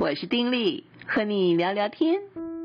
我是丁莉，和你聊聊天。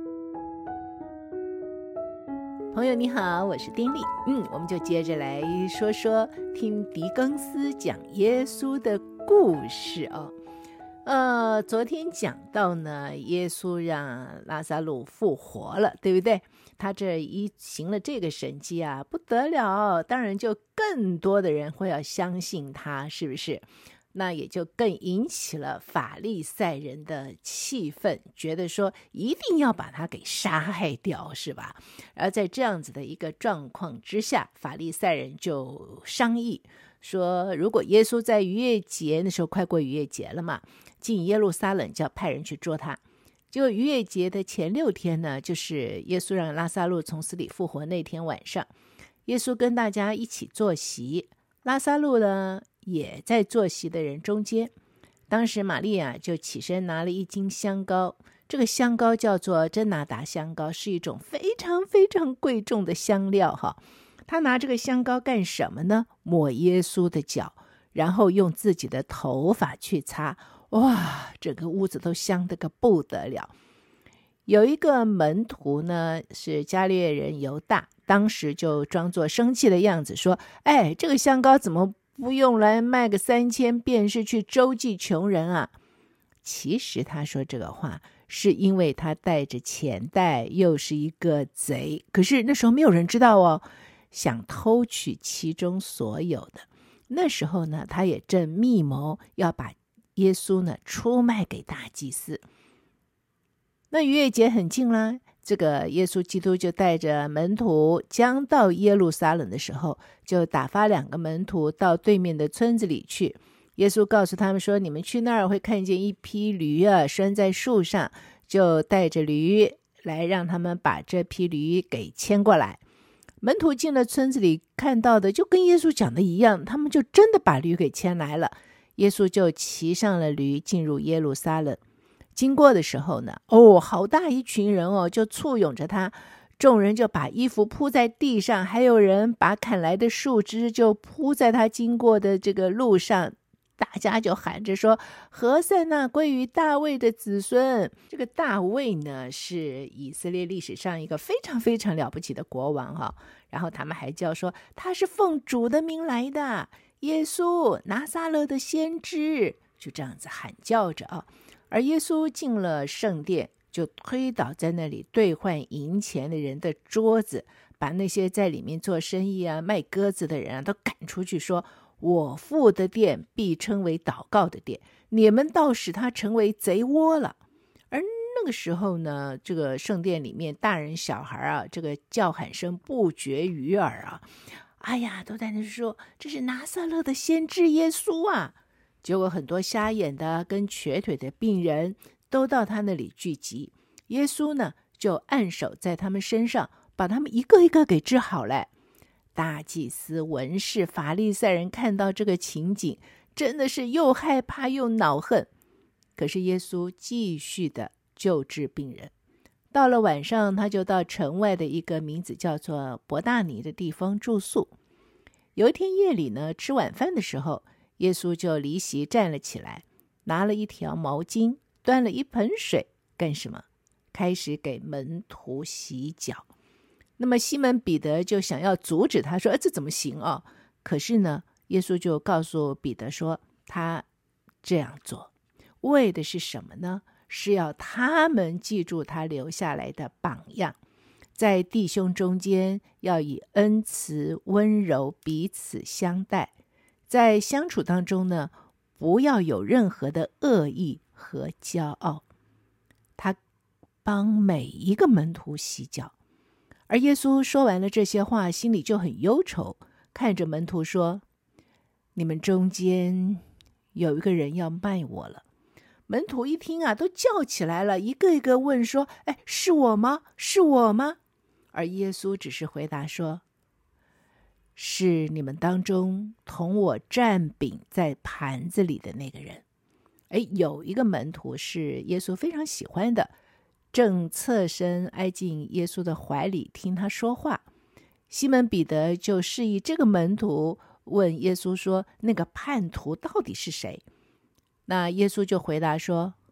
朋友你好，我是丁莉。我们就接着来说说听狄更斯讲耶稣的故事哦。昨天讲到呢，耶稣让拉撒路复活了，对不对？他这一行了这个神迹啊，不得了，当然就更多的人会要相信他，是不是？那也就更引起了法利赛人的气愤，觉得说一定要把他给杀害掉，是吧？而在这样子的一个状况之下，法利赛人就商议说，如果耶稣在逾越节，那时候快过逾越节了嘛，进耶路撒冷就要派人去捉他。结果逾越节的前6天呢，就是耶稣让拉撒路从死里复活那天晚上，耶稣跟大家一起坐席，拉撒路呢也在坐席的人中间。当时玛利亚就起身拿了1斤香膏，这个香膏叫做真拿达香膏，是一种非常非常贵重的香料哈。他拿这个香膏干什么呢？抹耶稣的脚，然后用自己的头发去擦。哇，整个屋子都香得个不得了。有一个门徒呢，是加略人犹大，当时就装作生气的样子说，这个香膏怎么不用来卖个3000便士去周济穷人啊？其实他说这个话是因为他带着钱袋，又是一个贼，可是那时候没有人知道哦，想偷取其中所有的。那时候呢，他也正密谋要把耶稣呢出卖给大祭司。那逾越节很近啦，这个耶稣基督就带着门徒将到耶路撒冷的时候，就打发2个门徒到对面的村子里去。耶稣告诉他们说，你们去那儿会看见一匹驴啊拴在树上，就带着驴来，让他们把这匹驴给牵过来。门徒进了村子里，看到的就跟耶稣讲的一样，他们就真的把驴给牵来了。耶稣就骑上了驴进入耶路撒冷。经过的时候呢，好大一群人就簇拥着他，众人就把衣服铺在地上，还有人把砍来的树枝就铺在他经过的这个路上，大家就喊着说，和散那归于大卫的子孙。这个大卫呢，是以色列历史上一个非常非常了不起的国王然后他们还叫说他是奉主的名来的，耶稣拿撒勒的先知，就这样子喊叫着而耶稣进了圣殿，就推倒在那里兑换银钱的人的桌子，把那些在里面做生意卖鸽子的人都赶出去，说，我父的殿必称为祷告的殿，你们倒使它成为贼窝了。而那个时候呢，这个圣殿里面大人小孩这个叫喊声不绝于耳都在那说，这是拿撒勒的先知耶稣啊。结果很多瞎眼的跟瘸腿的病人都到他那里聚集，耶稣呢就按手在他们身上，把他们一个一个给治好了。大祭司、文士、法利赛人看到这个情景，真的是又害怕又恼恨。可是耶稣继续的救治病人。到了晚上，他就到城外的一个名字叫做伯大尼的地方住宿。有一天夜里呢，吃晚饭的时候，耶稣就离席站了起来，拿了一条毛巾，端了一盆水，干什么？开始给门徒洗脚。那么西门彼得就想要阻止他，说这怎么行可是呢，耶稣就告诉彼得说，他这样做为的是什么呢？是要他们记住他留下来的榜样，在弟兄中间要以恩慈温柔彼此相待，在相处当中呢，不要有任何的恶意和骄傲。他帮每一个门徒洗脚。而耶稣说完了这些话，心里就很忧愁，看着门徒说，你们中间有一个人要卖我了。门徒一听都叫起来了，一个一个问说，是我吗？是我吗？而耶稣只是回答说，是你们当中同我蘸饼在盘子里的那个人。有一个门徒是耶稣非常喜欢的，正侧身挨进耶稣的怀里听他说话。西门彼得就示意这个门徒问耶稣说，那个叛徒到底是谁？那耶稣就回答说，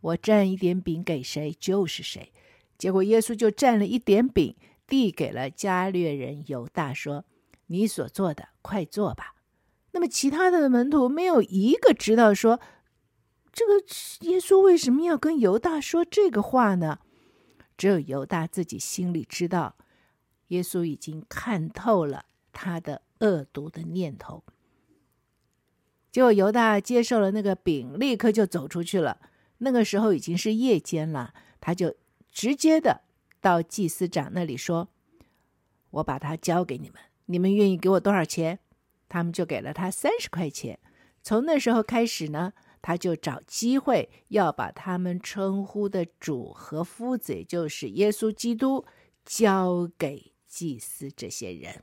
我蘸一点饼给谁就是谁。结果耶稣就蘸了一点饼，递给了加略人犹大，说：你所做的，快做吧。那么其他的门徒没有一个知道说，这个耶稣为什么要跟犹大说这个话呢？只有犹大自己心里知道，耶稣已经看透了他的恶毒的念头。结果犹大接受了那个饼，立刻就走出去了。那个时候已经是夜间了，他就直接的到祭司长那里说：我把它交给你们，你们愿意给我多少钱？他们就给了他30块钱。从那时候开始呢，他就找机会要把他们称呼的主和夫子，也就是耶稣基督，交给祭司这些人。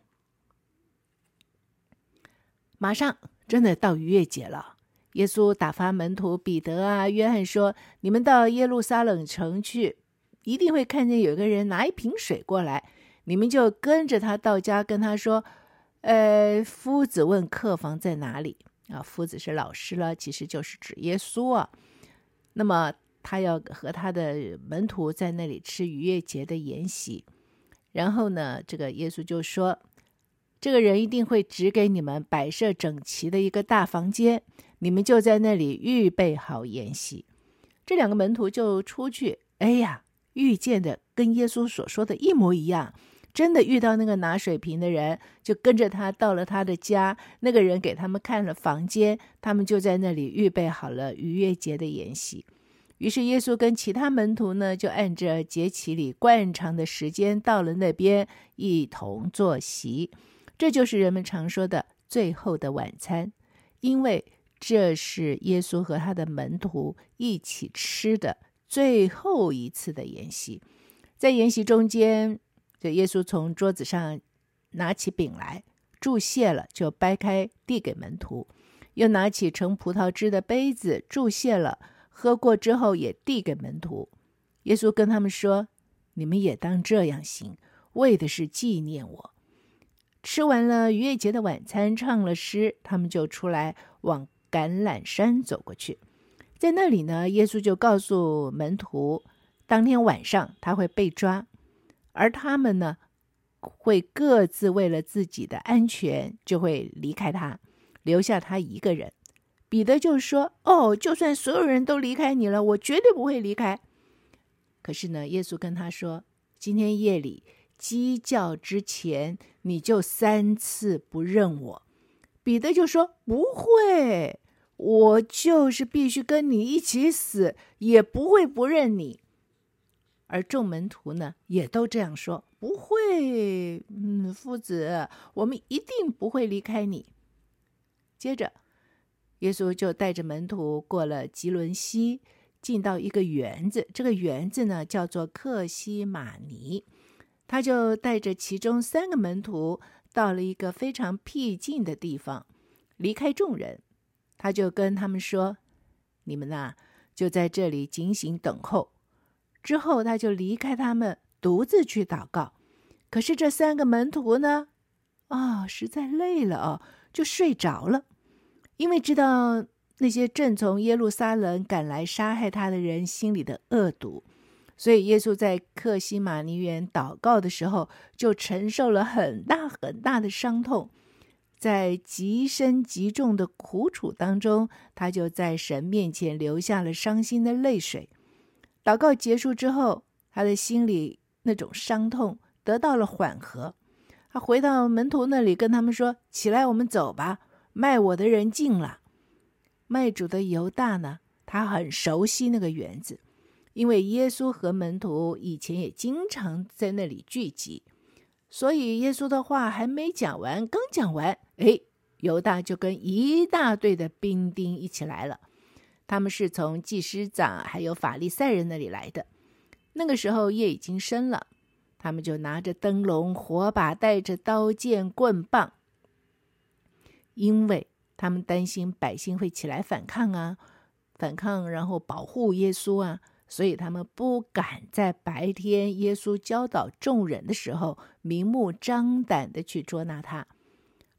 马上真的到逾越节了，耶稣打发门徒彼得啊、约翰说：你们到耶路撒冷城去，一定会看见有个人拿一瓶水过来，你们就跟着他到家，跟他说：夫子问客房在哪里啊？夫子是老师了，其实就是指耶稣啊。那么他要和他的门徒在那里吃逾越节的筵席。然后呢，这个耶稣就说：这个人一定会指给你们摆设整齐的一个大房间，你们就在那里预备好筵席。这2个门徒就出去，哎呀，遇见的跟耶稣所说的一模一样，真的遇到那个拿水瓶的人，就跟着他到了他的家，那个人给他们看了房间，他们就在那里预备好了逾越节的筵席。于是耶稣跟其他门徒呢，就按着节期里惯常的时间到了那边，一同坐席。这就是人们常说的最后的晚餐，因为这是耶稣和他的门徒一起吃的最后一次的筵席。在筵席中间，这耶稣从桌子上拿起饼来，祝谢了就掰开递给门徒，又拿起盛葡萄汁的杯子，祝谢了，喝过之后也递给门徒。耶稣跟他们说：你们也当这样行，为的是纪念我。吃完了逾越节的晚餐，唱了诗，他们就出来往橄榄山走过去。在那里呢，耶稣就告诉门徒，当天晚上他会被抓，而他们呢，会各自为了自己的安全就会离开他，留下他一个人。彼得就说：就算所有人都离开你了，我绝对不会离开。可是呢，耶稣跟他说：今天夜里鸡叫之前，你就3次不认我。彼得就说：不会，我就是必须跟你一起死，也不会不认你。而众门徒呢，也都这样说：不会，夫子，我们一定不会离开你。接着耶稣就带着门徒过了吉伦西，进到一个园子，这个园子呢叫做客西马尼。他就带着其中3个门徒到了一个非常僻静的地方，离开众人。他就跟他们说：你们啊，就在这里警醒等候。之后他就离开他们，独自去祷告。可是这3个门徒呢，实在累了就睡着了。因为知道那些正从耶路撒冷赶来杀害他的人心里的恶毒，所以耶稣在客西马尼园祷告的时候，就承受了很大很大的伤痛。在极深极重的苦楚当中，他就在神面前流下了伤心的泪水。祷告结束之后，他的心里那种伤痛得到了缓和。他回到门徒那里，跟他们说：起来，我们走吧，卖我的人近了。卖主的犹大呢，他很熟悉那个园子，因为耶稣和门徒以前也经常在那里聚集，所以耶稣的话还没讲完，刚讲完，犹大就跟一大队的兵丁一起来了。他们是从祭司长还有法利赛人那里来的。那个时候夜已经深了，他们就拿着灯笼、火把，带着刀剑、棍棒，因为他们担心百姓会起来反抗然后保护耶稣啊，所以他们不敢在白天耶稣教导众人的时候明目张胆的去捉拿他。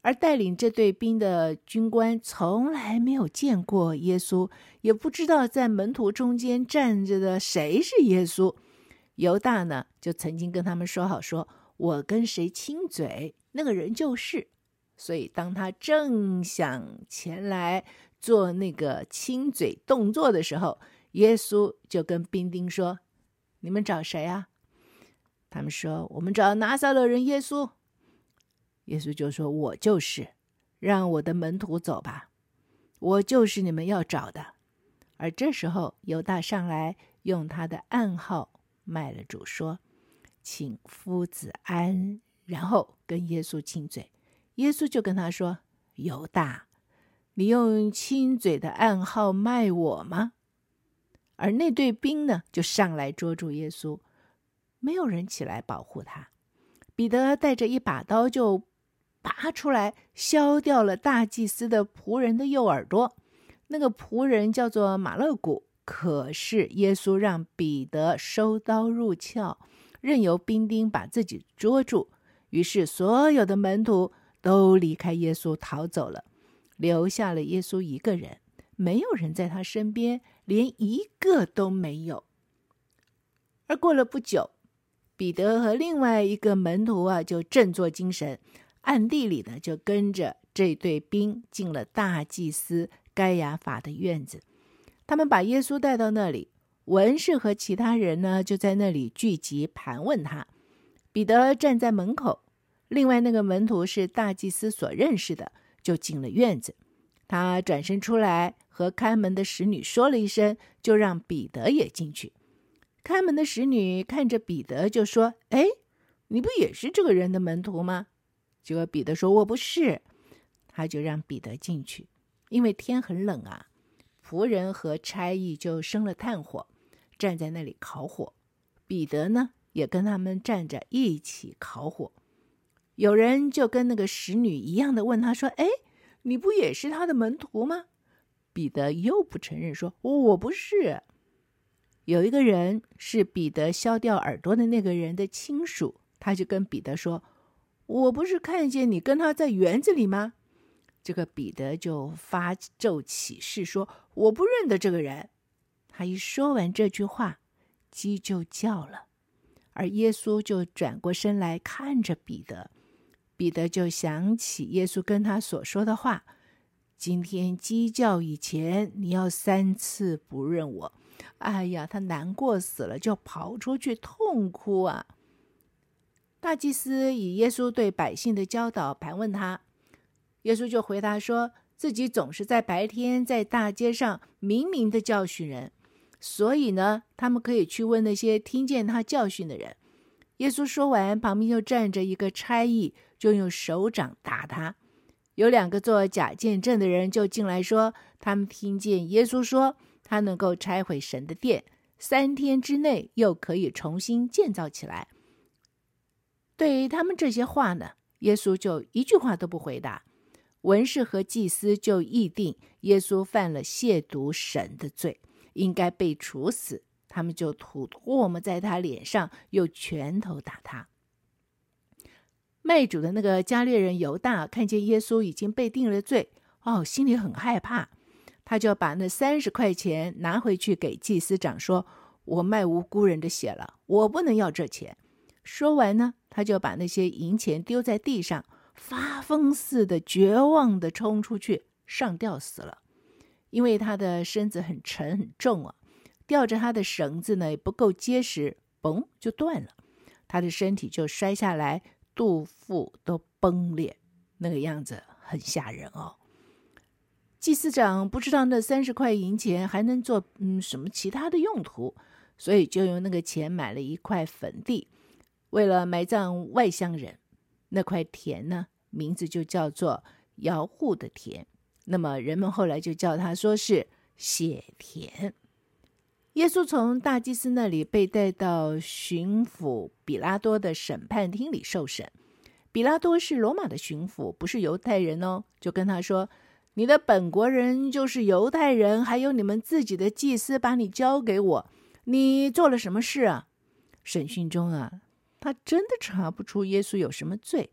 而带领这队兵的军官从来没有见过耶稣，也不知道在门徒中间站着的谁是耶稣。犹大呢，就曾经跟他们说好，说我跟谁亲嘴，那个人就是。所以当他正想前来做那个亲嘴动作的时候，耶稣就跟兵丁说，你们找谁啊？他们说，我们找拿撒勒人耶稣。耶稣就说，我就是，让我的门徒走吧，我就是你们要找的。而这时候犹大上来用他的暗号卖了主，说请夫子安，然后跟耶稣亲嘴。耶稣就跟他说，犹大，你用亲嘴的暗号卖我吗？而那队兵呢，就上来捉住耶稣，没有人起来保护他。彼得带着一把刀就拔出来，削掉了大祭司的仆人的右耳朵。那个仆人叫做马勒古，可是耶稣让彼得收刀入鞘，任由兵丁把自己捉住。于是所有的门徒都离开耶稣逃走了，留下了耶稣一个人，没有人在他身边，连一个都没有。而过了不久，彼得和另外一个门徒就振作精神，暗地里呢就跟着这队兵进了大祭司该亚法的院子。他们把耶稣带到那里，文士和其他人呢就在那里聚集盘问他。彼得站在门口，另外那个门徒是大祭司所认识的，就进了院子。他转身出来和看门的使女说了一声，就让彼得也进去。看门的使女看着彼得就说，哎，你不也是这个人的门徒吗？结果彼得说，我不是。他就让彼得进去，因为天很冷啊，仆人和差役就生了炭火，站在那里烤火。彼得呢也跟他们站着一起烤火。有人就跟那个使女一样的问他说，哎，你不也是他的门徒吗？彼得又不承认，说我不是。有一个人是彼得削掉耳朵的那个人的亲属，他就跟彼得说，我不是看见你跟他在园子里吗？这个彼得就发咒起誓说，我不认得这个人。他一说完这句话，鸡就叫了，而耶稣就转过身来看着彼得。彼得就想起耶稣跟他所说的话，今天鸡叫以前，你要3次不认我。哎呀，他难过死了，就跑出去痛哭啊。大祭司以耶稣对百姓的教导盘问他，耶稣就回答说，自己总是在白天在大街上明明的教训人，所以呢，他们可以去问那些听见他教训的人。耶稣说完，旁边就站着一个差役，就用手掌打他。有2个做假见证的人就进来说，他们听见耶稣说他能够拆毁神的殿，3天之内又可以重新建造起来。对于他们这些话呢，耶稣就一句话都不回答。文士和祭司就议定耶稣犯了亵渎神的罪，应该被处死。他们就吐唾沫在他脸上，又拳头打他。卖主的那个加略人犹大看见耶稣已经被定了罪，心里很害怕，他就把那30块钱拿回去给祭司长说，我卖无辜人的血了，我不能要这钱。说完呢，他就把那些银钱丢在地上，发疯似的绝望的冲出去，上吊死了。因为他的身子很沉很重啊，吊着他的绳子呢也不够结实，嘣就断了，他的身体就摔下来，肚腹都崩裂，那个样子很吓人哦。祭司长不知道那30块银钱还能做什么其他的用途，所以就用那个钱买了一块坟地，为了埋葬外乡人。那块田呢，名字就叫做摇户的田，那么人们后来就叫它说是血田。耶稣从大祭司那里被带到巡抚比拉多的审判厅里受审。比拉多是罗马的巡抚，不是犹太人哦，就跟他说，你的本国人就是犹太人，还有你们自己的祭司把你交给我，你做了什么事啊？审讯中他真的查不出耶稣有什么罪，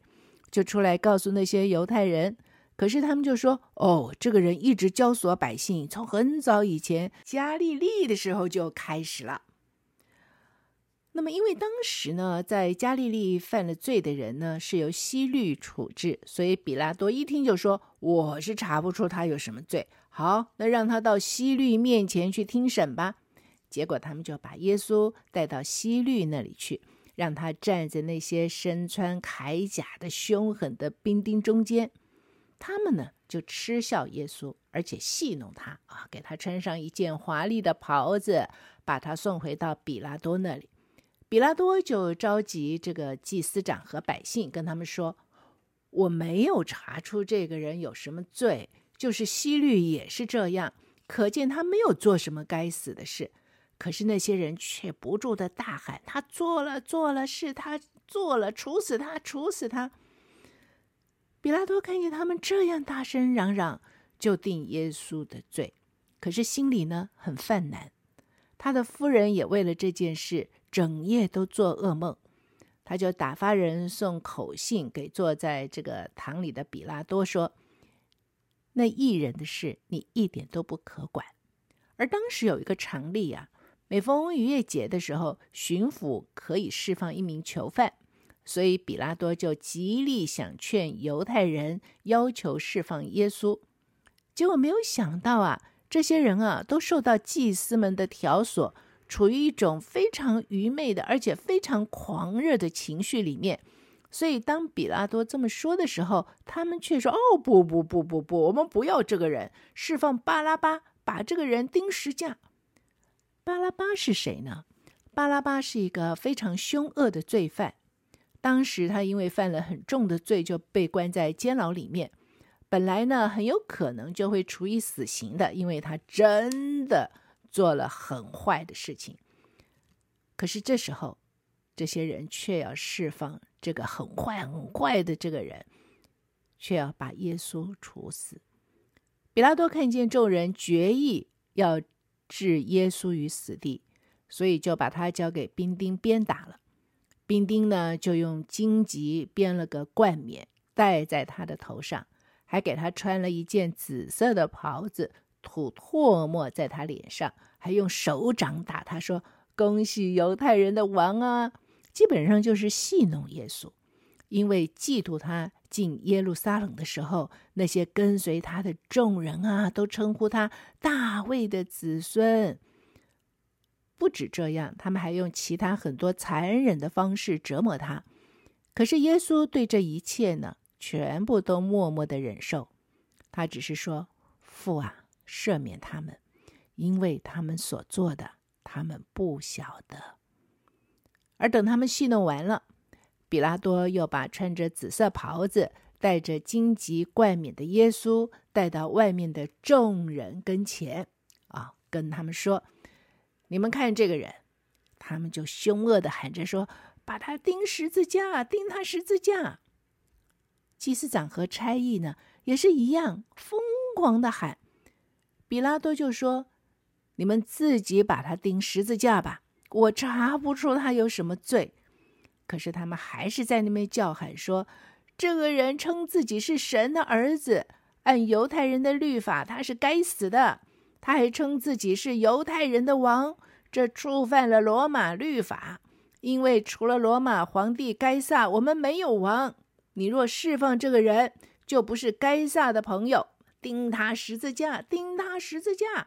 就出来告诉那些犹太人。可是他们就说，这个人一直教唆百姓，从很早以前加利利的时候就开始了。那么因为当时呢，在加利利犯了罪的人呢，是由希律处置，所以比拉多一听就说，我是查不出他有什么罪，好，那让他到希律面前去听审吧。结果他们就把耶稣带到希律那里去，让他站在那些身穿铠甲的凶狠的兵丁中间。他们呢就嗤笑耶稣，而且戏弄他给他穿上一件华丽的袍子，把他送回到比拉多那里。比拉多就召集这个祭司长和百姓，跟他们说，我没有查出这个人有什么罪，就是希律也是这样，可见他没有做什么该死的事。可是那些人却不住地大喊，他做了，是他做了，处死他，处死他。比拉多看见他们这样大声嚷嚷，就定耶稣的罪，可是心里呢很犯难。他的夫人也为了这件事整夜都做噩梦，他就打发人送口信给坐在这个堂里的比拉多，说，那义人的事你一点都不可管。而当时有一个常例每逢逾越节的时候，巡抚可以释放一名囚犯，所以比拉多就极力想劝犹太人要求释放耶稣。结果没有想到这些人都受到祭司们的挑唆，处于一种非常愚昧的而且非常狂热的情绪里面。所以当比拉多这么说的时候，他们却说，不，我们不要这个人，释放巴拉巴，把这个人钉十架。巴拉巴是谁呢？巴拉巴是一个非常凶恶的罪犯，当时他因为犯了很重的罪，就被关在监牢里面。本来呢很有可能就会处以死刑的，因为他真的做了很坏的事情。可是这时候这些人却要释放这个很坏的这个人，却要把耶稣处死。比拉多看见众人决意要置耶稣于死地，所以就把他交给兵丁鞭打了。兵丁呢就用荆棘编了个冠冕戴在他的头上，还给他穿了一件紫色的袍子，吐唾沫在他脸上，还用手掌打他，说，恭喜犹太人的王啊！基本上就是戏弄耶稣。因为嫉妒他进耶路撒冷的时候，那些跟随他的众人都称呼他大卫的子孙。不止这样，他们还用其他很多残忍的方式折磨他。可是耶稣对这一切呢，全部都默默的忍受。他只是说，父啊，赦免他们，因为他们所做的，他们不晓得。而等他们戏弄完了，比拉多又把穿着紫色袍子、戴着荆棘冠冕的耶稣带到外面的众人跟前跟他们说，你们看这个人。他们就凶恶地喊着说，把他钉十字架，钉他十字架。祭司长和差役呢也是一样疯狂地喊。比拉多就说，你们自己把他钉十字架吧，我查不出他有什么罪。可是他们还是在那边叫喊说，这个人称自己是神的儿子，按犹太人的律法他是该死的。他还称自己是犹太人的王，这触犯了罗马律法，因为除了罗马皇帝该撒，我们没有王。你若释放这个人，就不是该撒的朋友，钉他十字架，钉他十字架。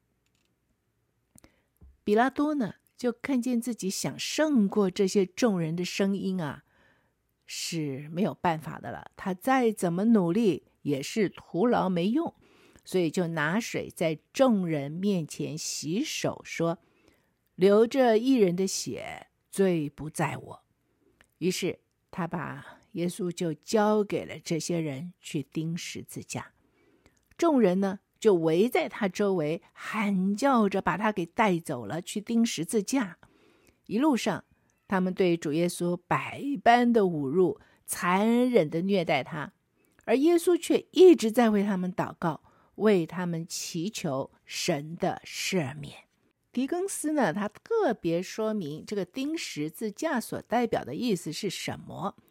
比拉多呢就看见自己想胜过这些众人的声音是没有办法的了，他再怎么努力也是徒劳没用，所以就拿水在众人面前洗手，说，流着义人的血，罪不在我。于是他把耶稣就交给了这些人去钉十字架。众人呢就围在他周围，喊叫着把他给带走了，去钉十字架。一路上他们对主耶稣百般的侮辱，残忍的虐待他，而耶稣却一直在为他们祷告，为他们祈求神的赦免。狄更斯呢他特别说明这个钉十字架所代表的意思是什么。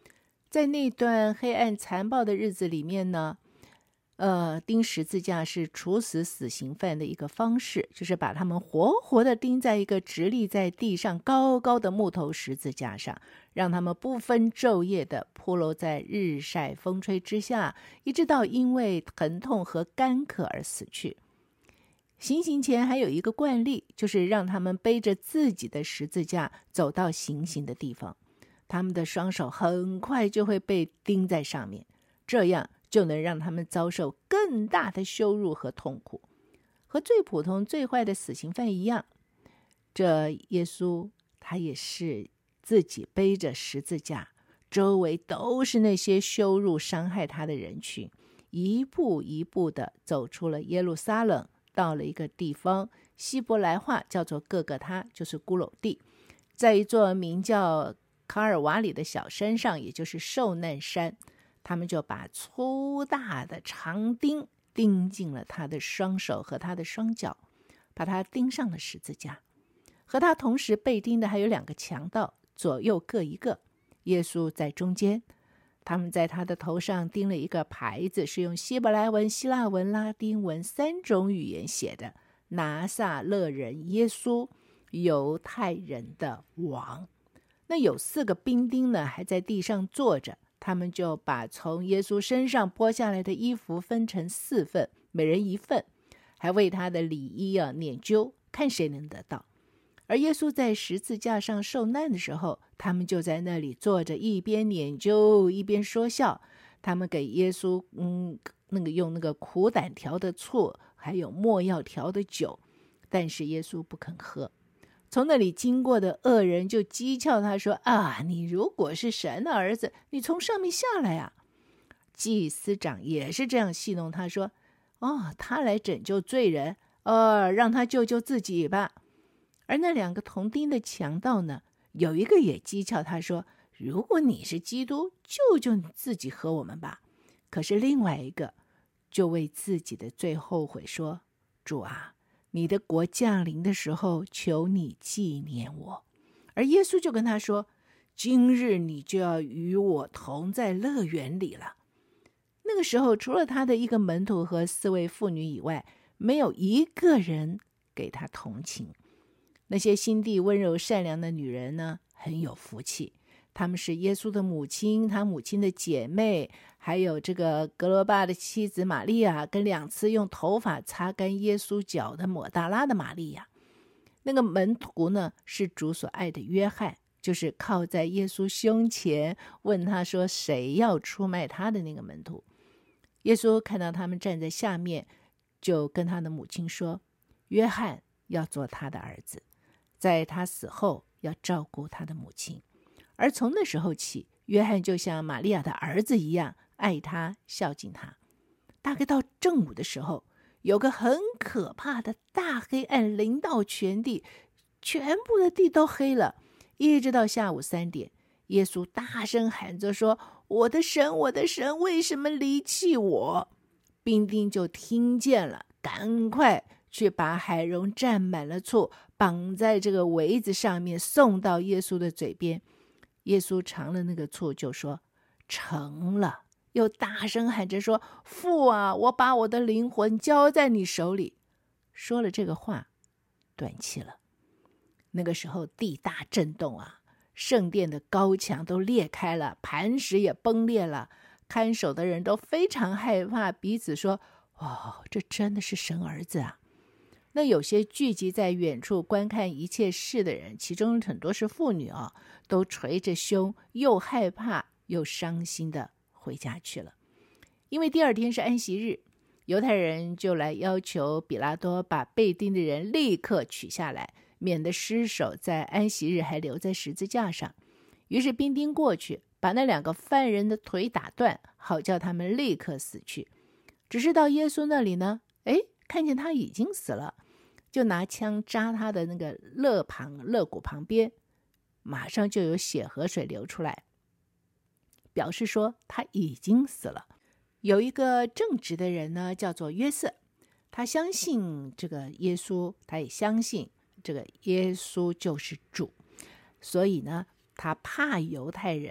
在那段黑暗残暴的日子里面呢，钉十字架是处死死刑犯的一个方式，就是把他们活活的钉在一个直立在地上高高的木头十字架上，让他们不分昼夜的暴露在日晒风吹之下，一直到因为疼痛和干渴而死去。行刑前还有一个惯例，就是让他们背着自己的十字架走到行刑的地方，他们的双手很快就会被钉在上面，这样就能让他们遭受更大的羞辱和痛苦。和最普通最坏的死刑犯一样，这耶稣他也是自己背着十字架，周围都是那些羞辱伤害他的人群，一步一步的走出了耶路撒冷，到了一个地方，希伯来话叫做各个他，就是骷髅地，在一座名叫卡尔瓦里的小山上，也就是受难山，他们就把粗大的长钉钉进了他的双手和他的双脚，把他钉上了十字架。和他同时被钉的还有2个强盗，左右各一个，耶稣在中间。他们在他的头上钉了一个牌子，是用希伯来文、希腊文、拉丁文3种语言写的：拿撒勒人耶稣，犹太人的王。那有4个兵丁呢，还在地上坐着，他们就把从耶稣身上剥下来的衣服分成4份，每人1份，还为他的里衣研究，看谁能得到。而耶稣在十字架上受难的时候，他们就在那里坐着，一边研究一边说笑。他们给耶稣用那个苦胆调的醋，还有没药调的酒，但是耶稣不肯喝。从那里经过的恶人就讥诮他说：你如果是神的儿子，你从上面下来啊。祭司长也是这样戏弄他说：他来拯救罪人，让他救救自己吧。而那2个同钉的强盗呢，有一个也讥诮他说：如果你是基督，救救你自己和我们吧。可是另外一个就为自己的罪后悔说：主啊，你的国降临的时候，求你纪念我。而耶稣就跟他说：今日你就要与我同在乐园里了。那个时候，除了他的1个门徒和4位妇女以外，没有一个人给他同情。那些心地温柔善良的女人呢，很有福气，她们是耶稣的母亲，他母亲的姐妹，还有这个格罗巴的妻子玛利亚，跟2次用头发擦干耶稣脚的抹大拉的玛利亚。那个门徒呢，是主所爱的约翰，就是靠在耶稣胸前问他说谁要出卖他的那个门徒。耶稣看到他们站在下面，就跟他的母亲说：约翰要做他的儿子，在他死后要照顾他的母亲。而从那时候起，约翰就像玛利亚的儿子一样爱他，孝敬他。大概到正午的时候，有个很可怕的大黑暗临到全地，全部的地都黑了，一直到下午3点，耶稣大声喊着说：我的神，我的神，为什么离弃我？兵丁就听见了，赶快去把海蓉蘸满了醋，绑在这个围子上面，送到耶稣的嘴边。耶稣尝了那个醋，就说：成了。又大声喊着说：父啊，我把我的灵魂交在你手里。说了这个话，断气了。那个时候地大震动啊，圣殿的高墙都裂开了，磐石也崩裂了，看守的人都非常害怕，彼此说：这真的是神儿子啊。那有些聚集在远处观看一切事的人，其中很多是妇女都捶着胸，又害怕又伤心的回家去了。因为第2天是安息日，犹太人就来要求比拉多把被钉的人立刻取下来，免得尸首在安息日还留在十字架上。于是兵丁过去，把那2个犯人的腿打断，好叫他们立刻死去。只是到耶稣那里呢，看见他已经死了，就拿枪扎他的那个肋骨旁边，马上就有血和水流出来，表示说他已经死了。有一个正直的人呢，叫做约瑟，他相信这个耶稣，他也相信这个耶稣就是主，所以呢，他怕犹太人，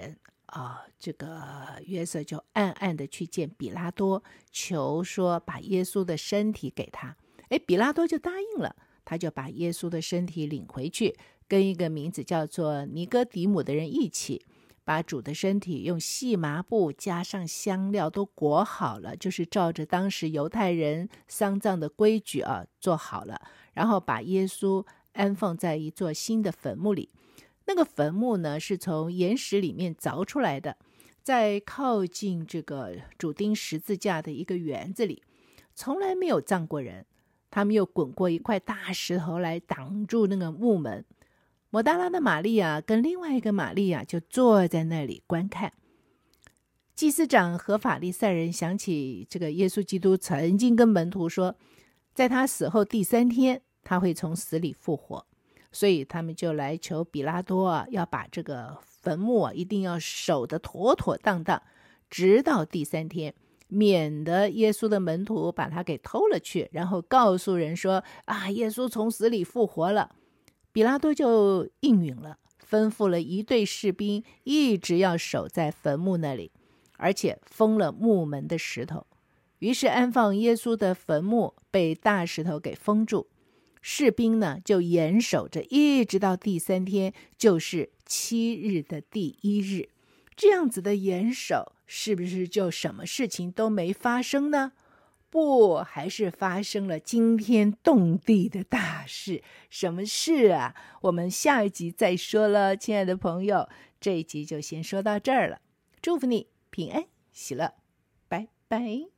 这个约瑟就暗暗的去见比拉多，求说把耶稣的身体给他。比拉多就答应了，他就把耶稣的身体领回去，跟一个名字叫做尼哥底母的人一起，把主的身体用细麻布加上香料都裹好了，就是照着当时犹太人丧葬的规矩做好了，然后把耶稣安放在一座新的坟墓里。那个坟墓呢，是从岩石里面凿出来的，在靠近这个主钉十字架的一个园子里，从来没有葬过人。他们又滚过一块大石头来挡住那个墓门。抹大拉的玛利亚跟另外一个玛利亚就坐在那里观看。祭司长和法利赛人想起这个耶稣基督曾经跟门徒说，在他死后第3天他会从死里复活，所以他们就来求比拉多要把这个坟墓一定要守得妥妥当当，直到第3天，免得耶稣的门徒把他给偷了去，然后告诉人说耶稣从死里复活了。比拉多就应允了，吩咐了1队士兵一直要守在坟墓那里，而且封了墓门的石头。于是安放耶稣的坟墓被大石头给封住，士兵呢就严守着，一直到第3天，就是7日的第1日。这样子的严守，是不是就什么事情都没发生呢？不，还是发生了惊天动地的大事。什么事啊？我们下一集再说了，亲爱的朋友，这一集就先说到这儿了。祝福你平安喜乐，拜拜。